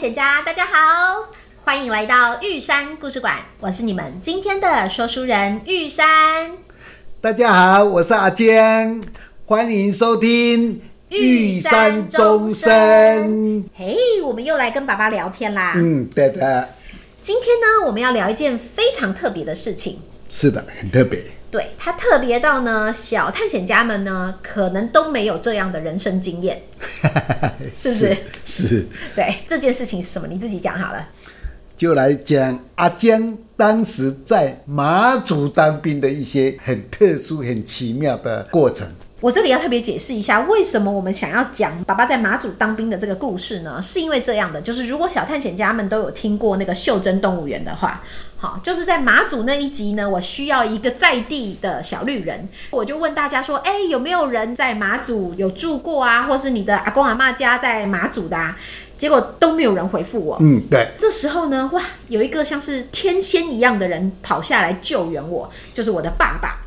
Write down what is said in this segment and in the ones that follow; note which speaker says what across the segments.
Speaker 1: 险家，大家好，欢迎来到玉山故事馆，我是你们今天的说书人玉山。
Speaker 2: 大家好，我是阿坚，欢迎收听玉山钟声。
Speaker 1: 嘿，我们又来跟爸爸聊天啦。
Speaker 2: 对的。
Speaker 1: 今天呢，我们要聊一件非常特别的事情。
Speaker 2: 是的，很特别。
Speaker 1: 对，它特别到呢，小探险家们呢，可能都没有这样的人生经验，是不是？
Speaker 2: 是。
Speaker 1: 对，这件事情是什么？你自己讲好了。
Speaker 2: 就来讲阿江当时在马祖当兵的一些很特殊、很奇妙的过程。
Speaker 1: 我这里要特别解释一下，为什么我们想要讲爸爸在马祖当兵的这个故事呢？是因为这样的，就是如果小探险家们都有听过那个袖珍动物园的话，好，就是在马祖那一集呢，我需要一个在地的小绿人，我就问大家说，有没有人在马祖有住过啊，或是你的阿公阿嬷家在马祖的啊？结果都没有人回复我。
Speaker 2: 对。
Speaker 1: 这时候呢，哇，有一个像是天仙一样的人跑下来救援我，就是我的爸爸。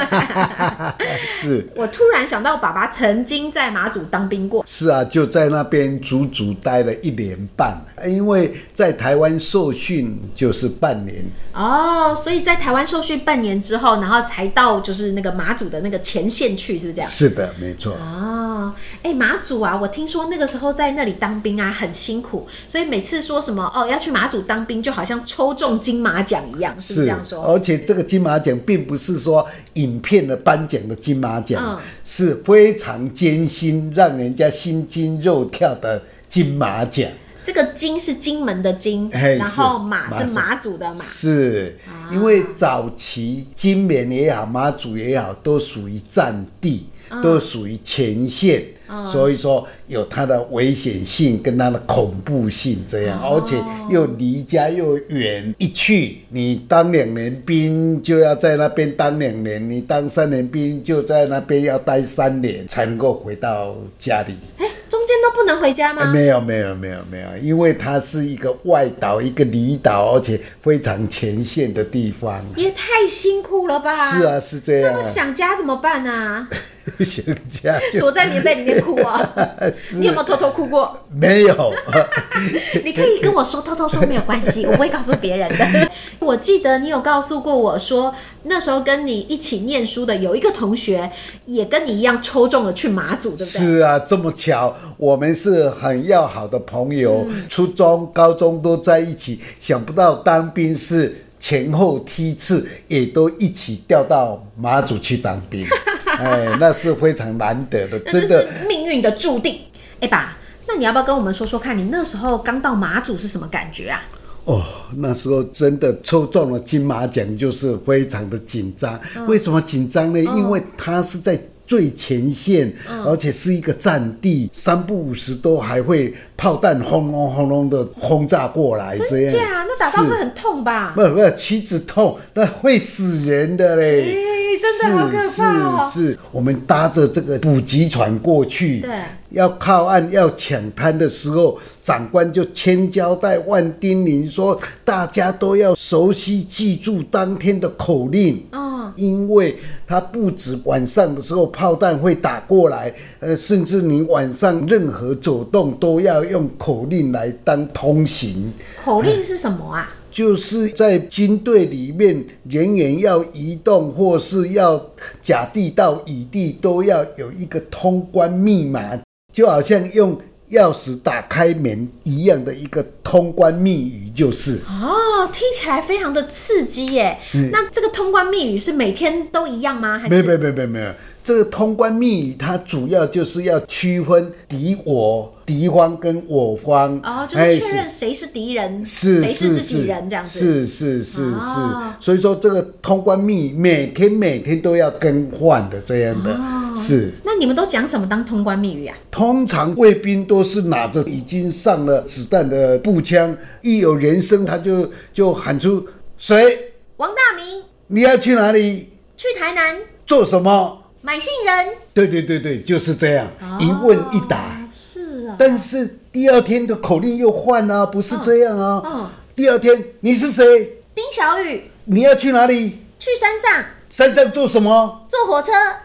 Speaker 2: 是。
Speaker 1: 我突然想到，爸爸曾经在马祖当兵过。
Speaker 2: 是啊，就在那边足足待了1年半，因为在台湾受训就是半年。
Speaker 1: 哦，所以在台湾受训半年之后，然后才到就是那个马祖的那个前线去，是不是这样？
Speaker 2: 是的，没错。
Speaker 1: 哦，马祖啊，我听说那个时候在那里当兵啊，很辛苦，所以每次说什么要去马祖当兵，就好像抽中金马奖一样，是不是这样说？
Speaker 2: 而且这个金马奖并不是说影片的颁奖的金马奖，是非常艰辛，让人家心惊肉跳的金马奖。
Speaker 1: 这个金是金门的金，然后马是马祖的马。
Speaker 2: 是，因为早期金门也好，马祖也好，都属于战地，都属于前线，所以说有它的危险性跟它的恐怖性这样，而且又离家又远，一去你当2年兵就要在那边当2年，你当3年兵就在那边要待3年才能够回到家里。
Speaker 1: 中间都不能回家吗？
Speaker 2: 没有，因为它是一个外岛，一个离岛，而且非常前线的地方，
Speaker 1: 也太辛苦了吧？
Speaker 2: 是啊，是这样。
Speaker 1: 那么想家怎么办啊？
Speaker 2: 想家就
Speaker 1: 躲在棉被里面哭啊！你有没有偷偷哭过？
Speaker 2: 没有。
Speaker 1: 你可以跟我说，偷偷说没有关系，我不会告诉别人的。我记得你有告诉过我说，那时候跟你一起念书的有一个同学，也跟你一样抽中了去马祖，对不对？
Speaker 2: 是啊，这么巧，我们是很要好的朋友，初中、高中都在一起，想不到当兵是前后梯次，也都一起调到马祖去当兵。那是非常难得的，真的，
Speaker 1: 这是命运的注定。爸，那你要不要跟我们说说看，你那时候刚到马祖是什么感觉啊？
Speaker 2: 那时候真的抽中了金马奖，就是非常的紧张。为什么紧张呢？因为他是在最前线，而且是一个战地，3不5时都还会炮弹轰隆轰隆的轰炸过来，这样。
Speaker 1: 真假？那打到会很痛吧？
Speaker 2: 不，岂止痛，那会死人的嘞！
Speaker 1: 真的好可怕
Speaker 2: 是，我们搭着这个补给船过去，
Speaker 1: 对，
Speaker 2: 要靠岸要抢滩的时候，长官就千交代万叮咛说，大家都要熟悉记住当天的口令。因为它不止晚上的时候炮弹会打过来，甚至你晚上任何走动都要用口令来当通行。
Speaker 1: 口令是什么啊？
Speaker 2: 就是在军队里面，人员要移动或是要甲地到乙地，都要有一个通关密码，就好像用钥匙打开门一样的一个通关密语，就是
Speaker 1: 听起来非常的刺激耶。那这个通关密语是每天都一样吗？还是
Speaker 2: 没有，这个通关密语它主要就是要区分敌方跟我方，
Speaker 1: 就是确认谁是敌人，谁是自己人，这样子。是，
Speaker 2: 所以说这个通关密语每天都要更换的，这样的。是。
Speaker 1: 那你们都讲什么当通关密语啊？
Speaker 2: 通常卫兵都是拿着已经上了子弹的步枪，一有人声他就喊出谁？
Speaker 1: 王大明。
Speaker 2: 你要去哪里？
Speaker 1: 去台南。
Speaker 2: 做什么？
Speaker 1: 买杏仁。
Speaker 2: 对，就是这样，一问一答。
Speaker 1: 是啊。
Speaker 2: 但是第2天的口令又换啊，不是这样啊。第2天你是谁？
Speaker 1: 丁小雨。
Speaker 2: 你要去哪里？
Speaker 1: 去山上。
Speaker 2: 山上做什么？
Speaker 1: 坐火车。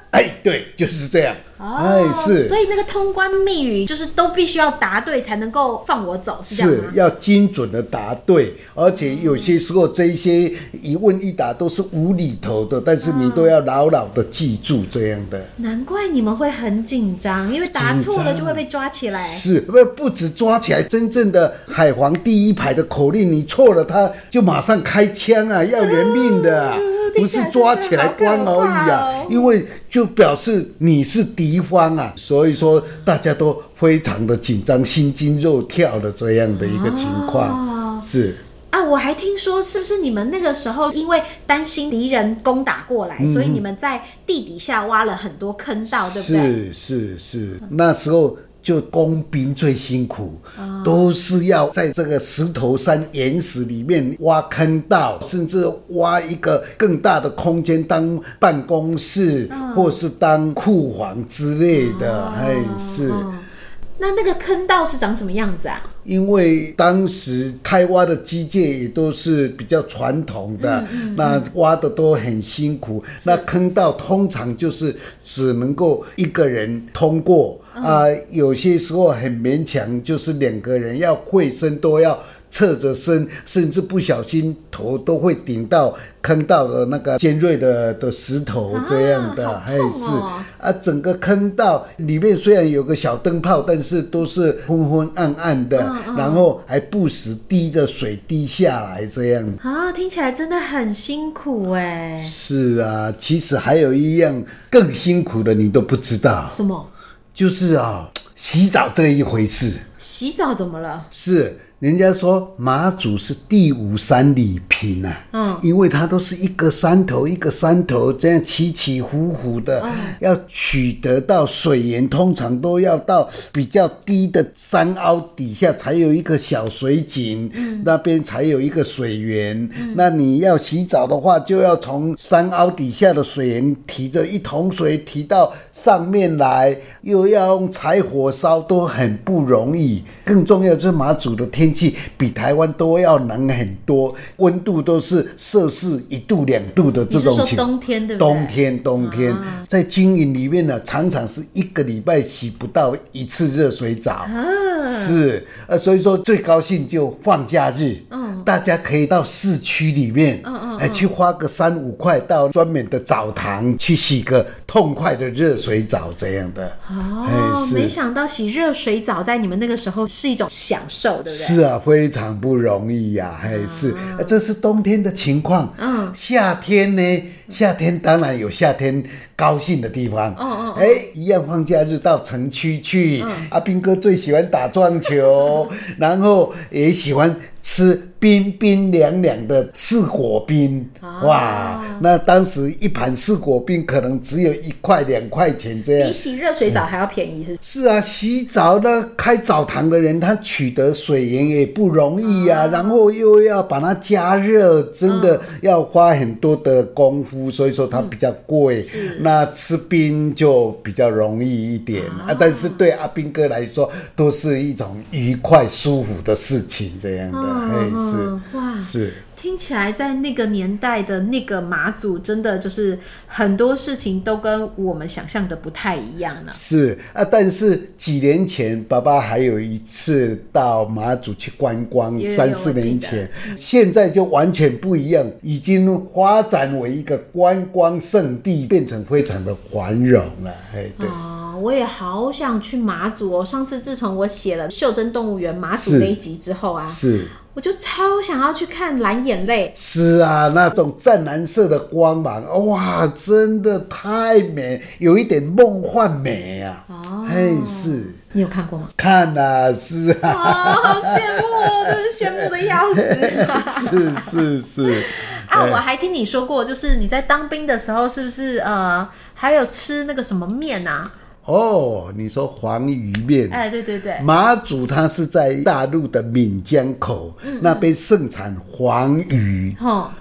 Speaker 2: 哎，对，就是这样。是，
Speaker 1: 所以那个通关密语就是都必须要答对才能够放我走，是这样吗？
Speaker 2: 是要精准的答对，而且有些时候这一些一问一答都是无厘头的，但是你都要牢牢的记住这样的。
Speaker 1: 难怪你们会很紧张，因为答错了就会被抓起来。
Speaker 2: 是，不止抓起来，真正的海皇第一排的口令你错了，他就马上开枪啊，要人命的啊。不是抓起来关而已啊，因为就表示你是敌方啊，所以说大家都非常的紧张，心惊肉跳的这样的一个情况。是
Speaker 1: 啊，我还听说是不是你们那个时候因为担心敌人攻打过来，所以你们在地底下挖了很多坑道，对不对？
Speaker 2: 是，那时候就工兵最辛苦，都是要在这个石头山岩石里面挖坑道，甚至挖一个更大的空间当办公室，或是当库房之类的。是。
Speaker 1: 那个坑道是长什么样子啊？
Speaker 2: 因为当时开挖的机械也都是比较传统的，那挖的都很辛苦。那坑道通常就是只能够一个人通过有些时候很勉强，就是2个人要会身都要侧着身，甚至不小心头都会顶到坑道的那个尖锐的石头这样的。
Speaker 1: 好痛哦。
Speaker 2: 整个坑道里面虽然有个小灯泡，但是都是昏昏暗暗的，然后还不时滴着水滴下来这样
Speaker 1: 听起来真的很辛苦哎。
Speaker 2: 是啊，其实还有一样更辛苦的你都不知道。
Speaker 1: 什么？
Speaker 2: 就是洗澡这一回事。
Speaker 1: 洗澡怎么了？
Speaker 2: 是人家说马祖是第5山里平啊，因为它都是一个山头一个山头这样起起伏伏的，要取得到水源，通常都要到比较低的山凹底下才有一个小水井，那边才有一个水源。那你要洗澡的话，就要从山凹底下的水源提着一桶水提到上面来，又要用柴火烧，都很不容易。更重要就是马祖的天气比台湾都要冷很多，温度都是摄氏1度2度的这种情况。
Speaker 1: 你是说冬天对不对？
Speaker 2: 冬天，在军营里面呢，常常是1个礼拜洗不到1次热水澡。是所以说最高兴就放假日，大家可以到市区里面，去花个3、5块到专门的澡堂去洗个痛快的热水澡这样的。
Speaker 1: 没想到洗热水澡在你们那个时候是一种享受，对不对？
Speaker 2: 是啊，非常不容易呀。这是冬天的情况。夏天呢？夏天当然有夏天高兴的地方。一样放假日到城区去。阿兵哥最喜欢打撞球，然后也喜欢吃冰冰凉凉的四果冰。哇，那当时一盘四果冰可能只有1块2块钱这样，
Speaker 1: 比洗热水澡还要便宜是不是？
Speaker 2: 是啊，洗澡的开澡堂的人他取得水源也不容易啊，然后又要把它加热，真的要花很多的功夫，所以说它比较贵。那吃冰就比较容易一点但是对阿兵哥来说都是一种愉快舒服的事情这样的。是
Speaker 1: 听起来在那个年代的那个马祖真的就是很多事情都跟我们想象的不太一样呢。
Speaker 2: 是但是几年前爸爸还有一次到马祖去观光，3、4年前，现在就完全不一样，已经发展为一个观光胜地，变成非常的繁荣了。对
Speaker 1: 我也好想去马祖上次自从我写了袖珍动物园马祖那一集之后我就超想要去看蓝眼泪。
Speaker 2: 是啊，那种湛蓝色的光芒，哇，真的太美，有一点梦幻美啊。是。
Speaker 1: 你有看过吗？
Speaker 2: 看啊，是啊。
Speaker 1: 好羡慕，真是羡慕的要死。是。我还听你说过，就是你在当兵的时候，是不是还有吃那个什么面啊？
Speaker 2: 你说黄鱼面？
Speaker 1: 对。
Speaker 2: 马祖它是在大陆的闽江口，那边盛产黄鱼。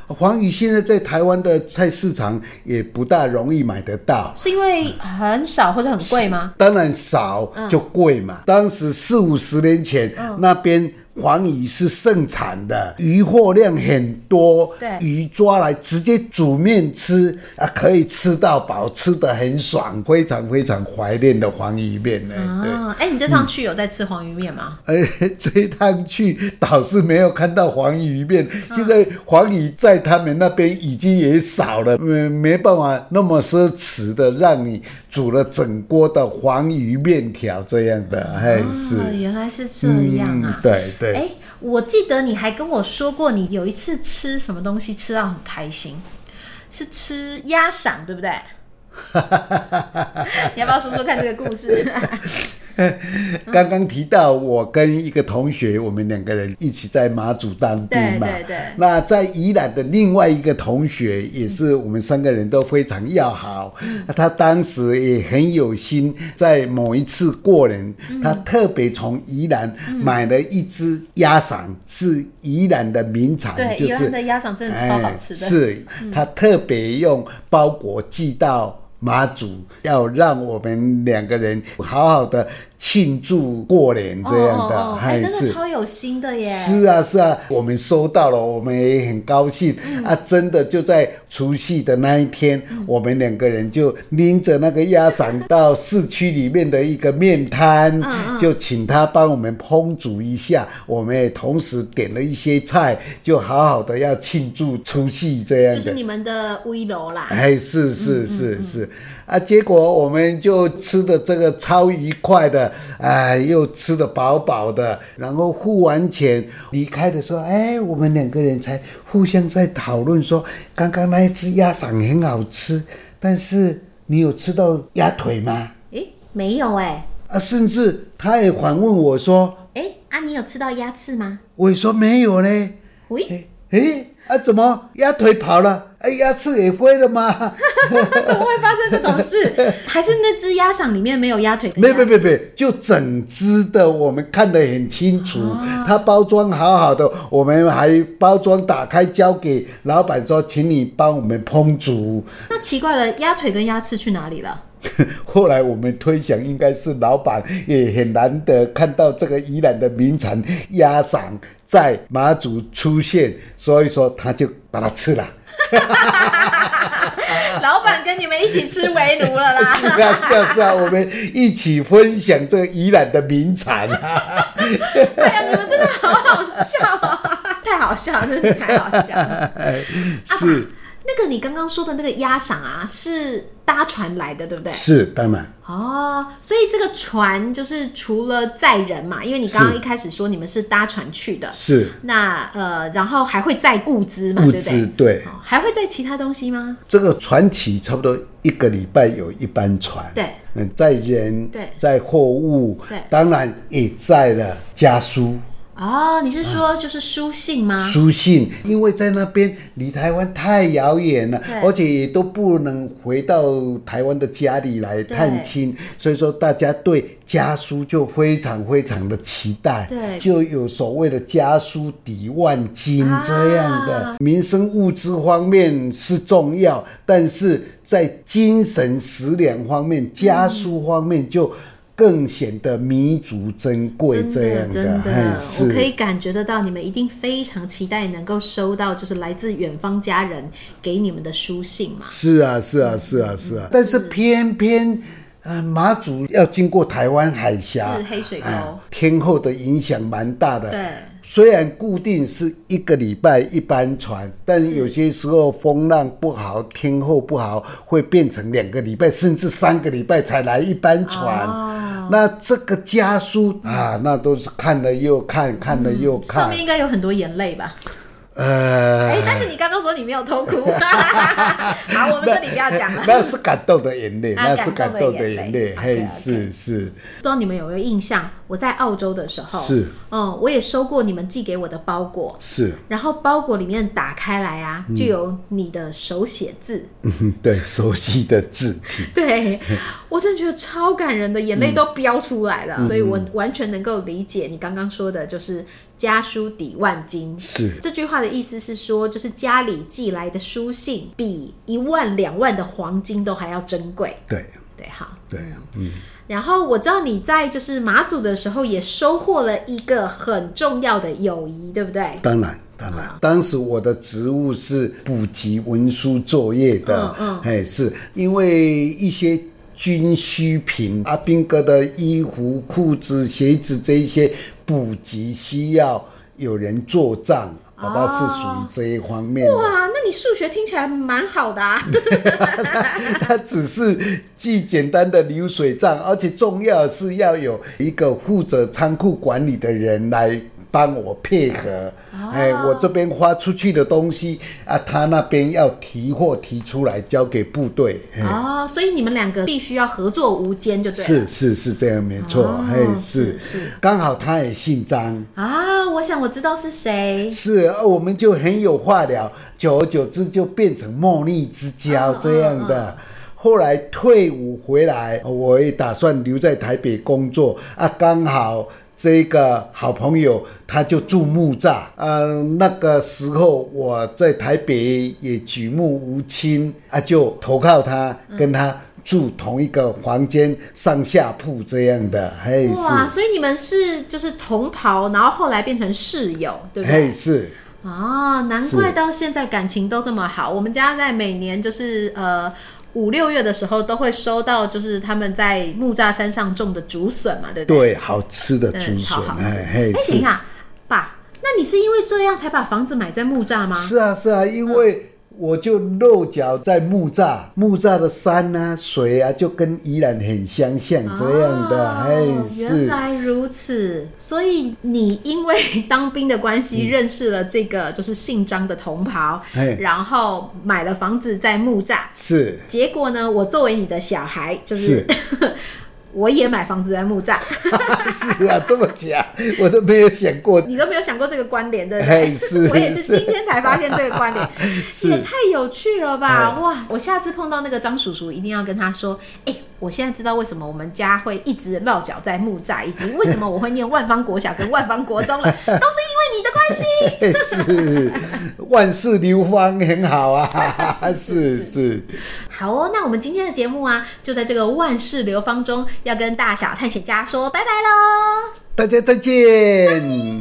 Speaker 2: 黄鱼现在在台湾的菜市场也不大容易买得到，
Speaker 1: 是因为很少或者很贵吗？
Speaker 2: 当然少就贵嘛。当时40-50年前，那边黄鱼是盛产的，鱼货量很多，
Speaker 1: 对，
Speaker 2: 鱼抓来直接煮面吃啊，可以吃到饱，吃得很爽，非常非常怀念的黄鱼面呢。
Speaker 1: 对，你这趟去有在吃黄鱼面吗？
Speaker 2: 这一趟去倒是没有看到黄鱼面，现在黄鱼在他们那边已经也少了，没办法那么奢侈的让你煮了整锅的黄鱼面条这样的，是，
Speaker 1: 原来是这样啊，
Speaker 2: 对对。
Speaker 1: 我记得你还跟我说过，你有一次吃什么东西吃到很开心，是吃鸭赏，对不对？你要不要说说看这个故事？
Speaker 2: 刚刚提到我跟一个同学，我们2个人一起在马祖当兵嘛。
Speaker 1: 对。
Speaker 2: 那在宜兰的另外一个同学，也是我们3个人都非常要好。他当时也很有心，在某一次过年，他特别从宜兰买了一只鸭赏，是宜兰的名产。
Speaker 1: 对，宜兰的鸭赏真的超好吃的。
Speaker 2: 是，他特别用包裹寄到马祖，要让我们2个人好好的庆祝过年这样的，
Speaker 1: 真的超有心的耶！
Speaker 2: 是啊，我们收到了，我们也很高兴真的就在除夕的那一天，我们2个人就拎着那个鸭掌到市区里面的一个面摊，就请他帮我们烹煮一下，我们也同时点了一些菜，就好好的要庆祝除夕这样的，
Speaker 1: 就是你们的围炉啦。
Speaker 2: 是结果我们就吃的这个超愉快的，又吃得饱饱的，然后付完钱离开的时候，我们2个人才互相在讨论说，刚刚那一只鸭掌很好吃，但是你有吃到鸭腿吗？
Speaker 1: 没有
Speaker 2: 甚至他也反问我说，
Speaker 1: 你有吃到鸭翅吗？
Speaker 2: 我也说没有呢。怎么鸭腿跑了？鸭翅也飞了吗？
Speaker 1: 怎么会发生这种事？还是那只鸭掌里面没有鸭腿？
Speaker 2: 没，就整只的，我们看得很清楚，它包装好好的，我们还包装打开交给老板说，请你帮我们烹煮。
Speaker 1: 那奇怪了，鸭腿跟鸭翅去哪里了？
Speaker 2: 后来我们推想，应该是老板也很难得看到这个宜兰的名产鸭掌在马祖出现，所以说他就把它吃了。
Speaker 1: 老板跟你们一起吃围炉了啦！
Speaker 2: 是啊，我们一起分享这个宜兰的名产啊！
Speaker 1: 你们真的好好笑太好笑了，真是太好笑了。
Speaker 2: 是。
Speaker 1: 那个你刚刚说的那个鸭赏是搭船来的，对不对？
Speaker 2: 是，当然。
Speaker 1: 所以这个船就是除了载人嘛，因为你刚刚一开始说你们是搭船去的，
Speaker 2: 是。
Speaker 1: 那然后还会载物资嘛，对不对？
Speaker 2: 对。
Speaker 1: 还会载其他东西吗？
Speaker 2: 这个船期差不多1个礼拜有1班船，
Speaker 1: 对，
Speaker 2: 载人，
Speaker 1: 对，
Speaker 2: 载货物，
Speaker 1: 对，
Speaker 2: 当然也载了家书。
Speaker 1: 你是说就是书信吗？
Speaker 2: 书信，因为在那边离台湾太遥远了，而且也都不能回到台湾的家里来探亲，所以说大家对家书就非常非常的期待，
Speaker 1: 对，
Speaker 2: 就有所谓的家书抵万金这样的。民生物资方面是重要，但是在精神食粮方面，家书方面就更显得弥足珍贵，这样的。
Speaker 1: 真的，我可以感觉得到，你们一定非常期待能够收到就是来自远方家人给你们的书信嘛。
Speaker 2: 是啊，但是偏偏马祖要经过台湾海峡，
Speaker 1: 是黑水沟，
Speaker 2: 天候的影响蛮大的。
Speaker 1: 对。
Speaker 2: 虽然固定是1个礼拜1班船，但有些时候风浪不好，天候不好，会变成2个礼拜甚至3个礼拜才来1班船。那这个家书那都是看了又看，看了又看，
Speaker 1: 上面应该有很多眼泪吧？但是你刚刚说你没有偷哭。好，我们这里不要讲了。
Speaker 2: 那是感动的眼泪，那是感动的眼泪。是。
Speaker 1: 不知道你们有没有印象？我在澳洲的时候，
Speaker 2: 是，
Speaker 1: 我也收过你们寄给我的包裹，
Speaker 2: 是。
Speaker 1: 然后包裹里面打开来就有你的手写字，
Speaker 2: 对，熟悉的字体。
Speaker 1: 对，我真的觉得超感人的，眼泪都飙出来了。所以我完全能够理解你刚刚说的，就是家书抵万金。
Speaker 2: 是
Speaker 1: 这句话的意思是说，就是家里寄来的书信比1万2万的黄金都还要珍贵。
Speaker 2: 对
Speaker 1: 对，好，
Speaker 2: 对，
Speaker 1: 然后我知道你在就是马祖的时候也收获了一个很重要的友谊，对不对？
Speaker 2: 当然，当时我的职务是补给文书作业的，是因为一些军需品，阿兵哥的衣服、裤子、鞋子这一些补给需要有人做账。爸爸是属于这一方面的。
Speaker 1: 哇，那你数学听起来蛮好的啊！
Speaker 2: 他只是记简单的流水账，而且重要是要有一个负责仓库管理的人来帮我配合。我这边发出去的东西啊，他那边要提货提出来交给部队。
Speaker 1: 所以你们两个必须要合作无间，就对了。
Speaker 2: 是这样没错。是刚好他也姓张
Speaker 1: 啊，我想我知道是谁。
Speaker 2: 是，我们就很有话聊，久而久之就变成莫逆之交这样的。后来退伍回来，我也打算留在台北工作啊，刚好这个好朋友他就住木栅，那个时候我在台北也举目无亲啊，就投靠他，跟他住同一个房间，上下铺这样的。
Speaker 1: 哇，所以你们是就是同袍，然后后来变成室友，对不对？
Speaker 2: 是。
Speaker 1: 难怪到现在感情都这么好。我们家在每年就是5、6月的时候都会收到，就是他们在木栅山上种的竹笋嘛，对不对？
Speaker 2: 对，好吃的竹笋，
Speaker 1: 超好吃。等一下，爸，那你是因为这样才把房子买在木栅吗？
Speaker 2: 是啊，因为我就落脚在木栅的山啊、水啊，就跟宜兰很相像这样的。
Speaker 1: 原来如此，所以你因为当兵的关系认识了这个就是姓张的同袍，然后买了房子在木栅。是，结果呢，我作为你的小孩，就是我也买房子在木栅。
Speaker 2: 是啊，这么讲我都没有想过，
Speaker 1: 你都没有想过这个关联，对不对？我也是今天才发现这个关联，也太有趣了吧！哇，我下次碰到那个张叔叔，一定要跟他说，我现在知道为什么我们家会一直落脚在木栅，以及为什么我会念万芳国小跟万芳国中了，都是因为你的关系。
Speaker 2: 是，万事流芳很好啊。是。
Speaker 1: 好哦，那我们今天的节目啊，就在这个万事流芳中，要跟大小探险家说拜拜咯，
Speaker 2: 大家再见。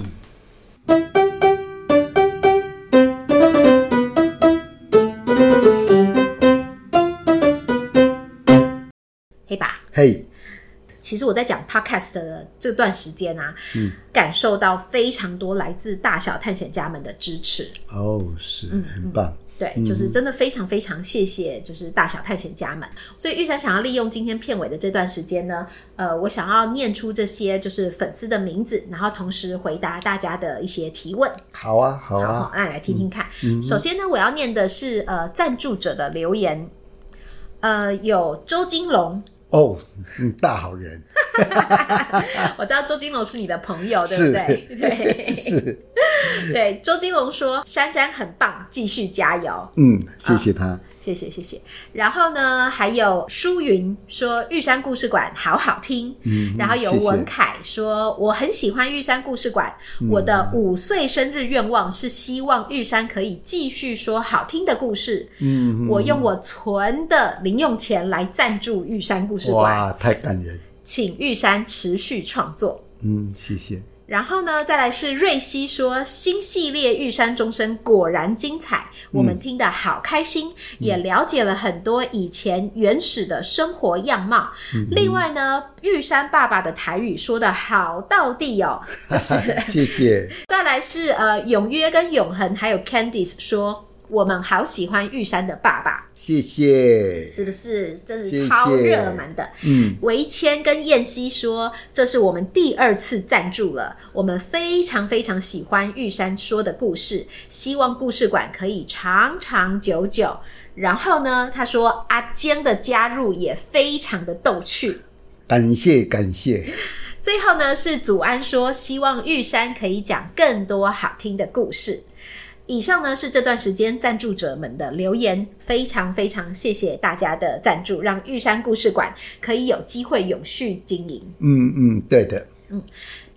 Speaker 1: 黑爸，其实我在讲 podcast 的这段时间啊，感受到非常多来自大小探险家们的支持。
Speaker 2: 是，很棒。
Speaker 1: 对，就是真的非常非常谢谢，就是大小探险家们。所以玉山想要利用今天片尾的这段时间呢，我想要念出这些就是粉丝的名字，然后同时回答大家的一些提问。
Speaker 2: 好啊，
Speaker 1: 那你来听听看。首先呢，我要念的是赞助者的留言，有周金龙。
Speaker 2: 大好人。
Speaker 1: 我知道周金龙是你的朋友，对不对？对，
Speaker 2: 是。
Speaker 1: 对，周金龙说珊珊很棒，继续加油。
Speaker 2: 谢谢他。
Speaker 1: 谢谢。然后呢，还有舒云说玉山故事馆好好听。然后有文凯说我很喜欢玉山故事馆，我的5岁生日愿望是希望玉山可以继续说好听的故事。我用我存的零用钱来赞助玉山故事馆。
Speaker 2: 哇，太感人。
Speaker 1: 请玉山持续创作。
Speaker 2: 谢谢。
Speaker 1: 然后呢，再来是瑞希说新系列玉山钟声果然精彩，我们听得好开心，也了解了很多以前原始的生活样貌。另外呢，玉山爸爸的台语说得好道地哦，就是
Speaker 2: 谢谢。
Speaker 1: 再来是永约跟永恒还有 Candice 说我们好喜欢玉山的爸爸，
Speaker 2: 谢谢，
Speaker 1: 是不是？真是超热门的。维谦跟燕西说，这是我们第2次赞助了，我们非常非常喜欢玉山说的故事，希望故事馆可以长长久久。然后呢，他说阿坚的加入也非常的逗趣，
Speaker 2: 感谢。
Speaker 1: 最后呢，是祖安说，希望玉山可以讲更多好听的故事。以上呢是这段时间赞助者们的留言，非常非常谢谢大家的赞助，让玉山故事馆可以有机会永续经营。
Speaker 2: 对的。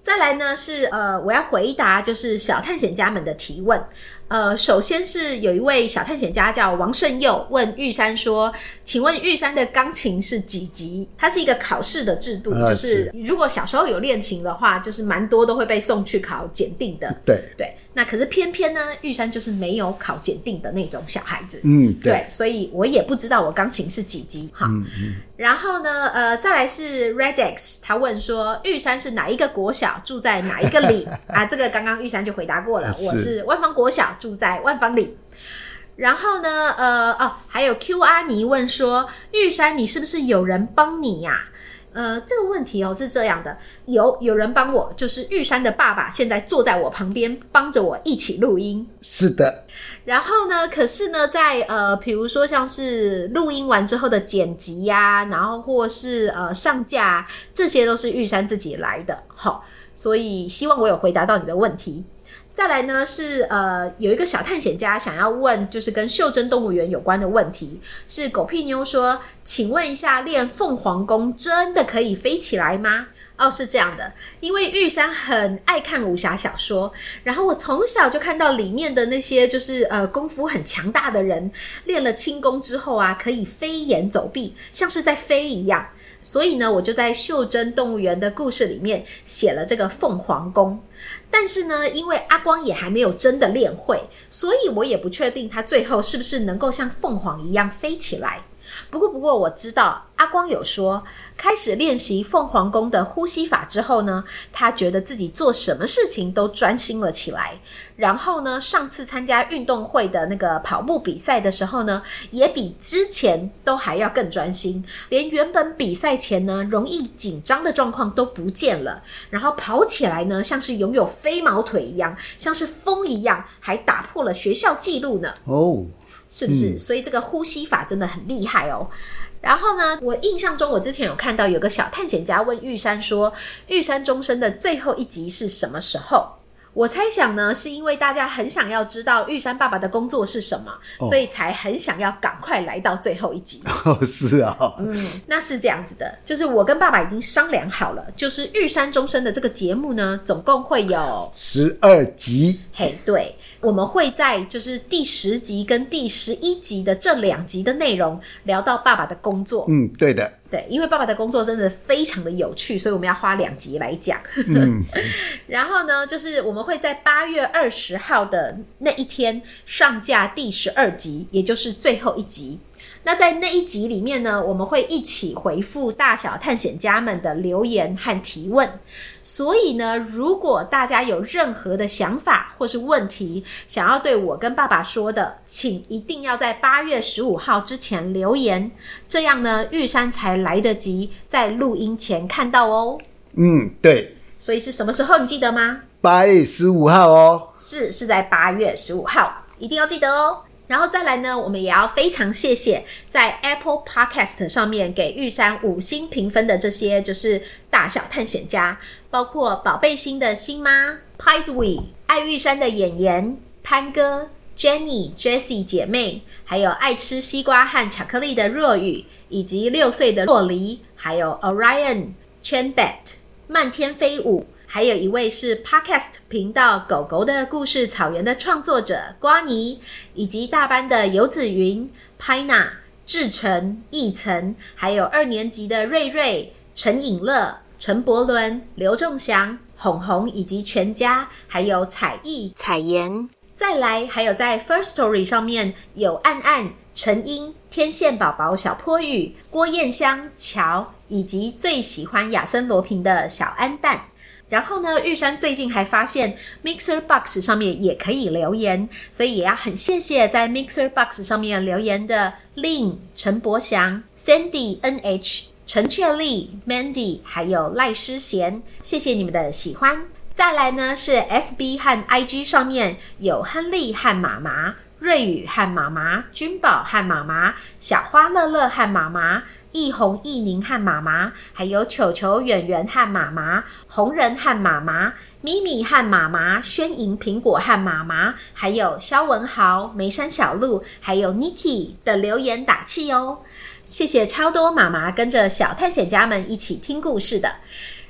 Speaker 1: 再来呢是我要回答就是小探险家们的提问。首先是有一位小探险家叫王胜佑，问玉山说，请问玉山的钢琴是几级？它是一个考试的制度，就是如果小时候有练琴的话，就是蛮多都会被送去考检定的。
Speaker 2: 对，
Speaker 1: 那可是偏偏呢，玉山就是没有考检定的那种小孩子。
Speaker 2: 对，
Speaker 1: 所以我也不知道我钢琴是几级。好，然后呢，再来是 Regex， 他问说，玉山是哪一个国小，住在哪一个里？啊，这个刚刚玉山就回答过了，我是万芳国小，住在万芳里。然后呢，还有 Q 阿尼问说，玉山你是不是有人帮你呀？这个问题是这样的，有人帮我，就是玉山的爸爸现在坐在我旁边，帮着我一起录音。
Speaker 2: 是的。
Speaker 1: 然后呢，可是呢，在比如说像是录音完之后的剪辑呀，然后或是上架，这些都是玉山自己来的。好，所以希望我有回答到你的问题。再来呢是有一个小探险家想要问就是跟袖珍动物园有关的问题，是狗屁妞说，请问一下，练凤凰功真的可以飞起来吗？是这样的，因为玉山很爱看武侠小说，然后我从小就看到里面的那些就是功夫很强大的人，练了轻功之后啊，可以飞檐走壁，像是在飞一样。所以呢，我就在袖珍动物园的故事里面写了这个凤凰功。但是呢，因为阿光也还没有真的练会，所以我也不确定他最后是不是能够像凤凰一样飞起来。不过我知道阿光有说，开始练习凤凰功的呼吸法之后呢，他觉得自己做什么事情都专心了起来。然后呢，上次参加运动会的那个跑步比赛的时候呢，也比之前都还要更专心，连原本比赛前呢容易紧张的状况都不见了。然后跑起来呢，像是拥有飞毛腿一样，像是风一样，还打破了学校纪录呢。是不是？所以这个呼吸法真的很厉害哦。然后呢，我印象中我之前有看到有个小探险家问玉山说，玉山终身的最后一集是什么时候？我猜想呢，是因为大家很想要知道玉山爸爸的工作是什么，所以才很想要赶快来到最后一集。
Speaker 2: 是啊。
Speaker 1: 那是这样子的，就是我跟爸爸已经商量好了，就是玉山终身的这个节目呢，总共会有
Speaker 2: 12集。
Speaker 1: 对，我们会在就是第10集跟第11集的这2集的内容聊到爸爸的工作。
Speaker 2: 对的。
Speaker 1: 对，因为爸爸的工作真的非常的有趣，所以我们要花2集来讲。然后呢，就是我们会在8月20号的那一天上架第12集，也就是最后一集。那在那一集里面呢，我们会一起回复大小探险家们的留言和提问。所以呢，如果大家有任何的想法或是问题想要对我跟爸爸说的，请一定要在8月15号之前留言，这样呢玉山才来得及在录音前看到哦。
Speaker 2: 对。
Speaker 1: 所以是什么时候你记得吗
Speaker 2: ？8月15号哦。
Speaker 1: 是在8月15号，一定要记得哦。然后再来呢，我们也要非常谢谢在 Apple Podcast 上面给玉山5星评分的这些就是大小探险家，包括宝贝星的星妈 Pidwee、 爱玉山的演员潘哥、 Jenny、Jessie 姐妹，还有爱吃西瓜和巧克力的若雨，以及6岁的洛梨，还有 Orion、Chenbet、 漫天飞舞，还有一位是 Podcast 频道狗狗的故事草原的创作者瓜尼，以及大班的游子云、Pina、志成、义曾，还有2年级的瑞瑞、陈颖乐、陈伯伦、刘仲祥、红红以及全家，还有彩艺、彩妍。再来还有在 First Story 上面有暗暗、陈英、天线宝宝小坡雨、郭燕香、乔，以及最喜欢亚森罗平的小安蛋。然后呢，玉山最近还发现 Mixer Box 上面也可以留言，所以也要很谢谢在 Mixer Box 上面留言的 Lin、 陈伯祥、 Sandy NH、 陈雀丽、 Mandy 还有赖诗贤，谢谢你们的喜欢。再来呢是 FB 和 IG 上面有亨利和妈妈、瑞宇和妈妈、君宝和妈妈、小花乐乐和妈妈、易红、易宁和妈妈，还有球球、圆圆和妈妈、红人和妈妈、咪咪和妈妈、宣莹、苹果和妈妈，还有肖文豪、梅山小鹿，还有 Niki 的留言打气哦。谢谢超多妈妈跟着小探险家们一起听故事的。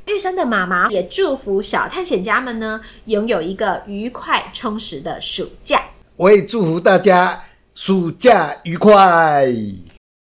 Speaker 1: 玉生的妈妈也祝福小探险家们呢，拥有一个愉快充实的暑假。
Speaker 2: 我也祝福大家暑假愉快。